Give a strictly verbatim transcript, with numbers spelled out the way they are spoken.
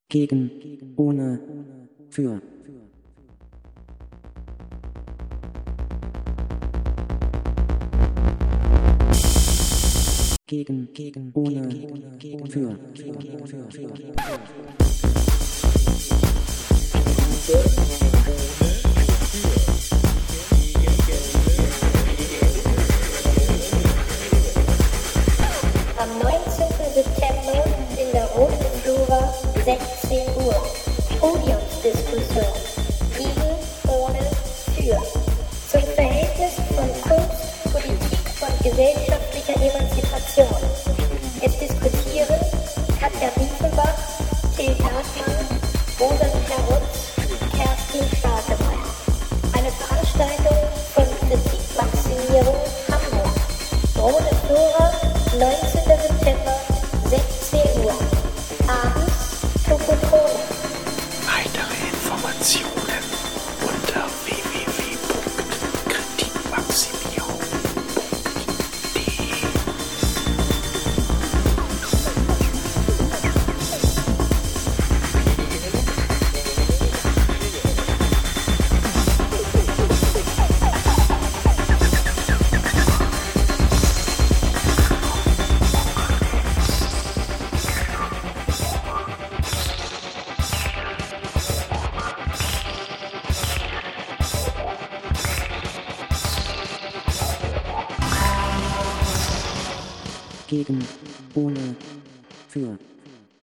Gegen, ohne, für. Gegen, gegen, ohne, gegen, für. Am neunzehnten September in der Roten Flora, sechzehn Uhr. Podiumsdiskussion. Gegen, ohne, für. Zum Verhältnis von Kunst, Politik und gesellschaftlicher Emanzipation. Es diskutieren Katja Diefenbach, Till Hartmann, Rosa Perutz, Kerstin Staatemeyer. Eine Veranstaltung von Kritikmaximierung Hamburg. Rote Flora, neunzehnten September, sechzehn Uhr. Abends Tokotronic. Weitere Informationen unter w w w punkt kritikmaximierung punkt de. Gegen, ohne, für.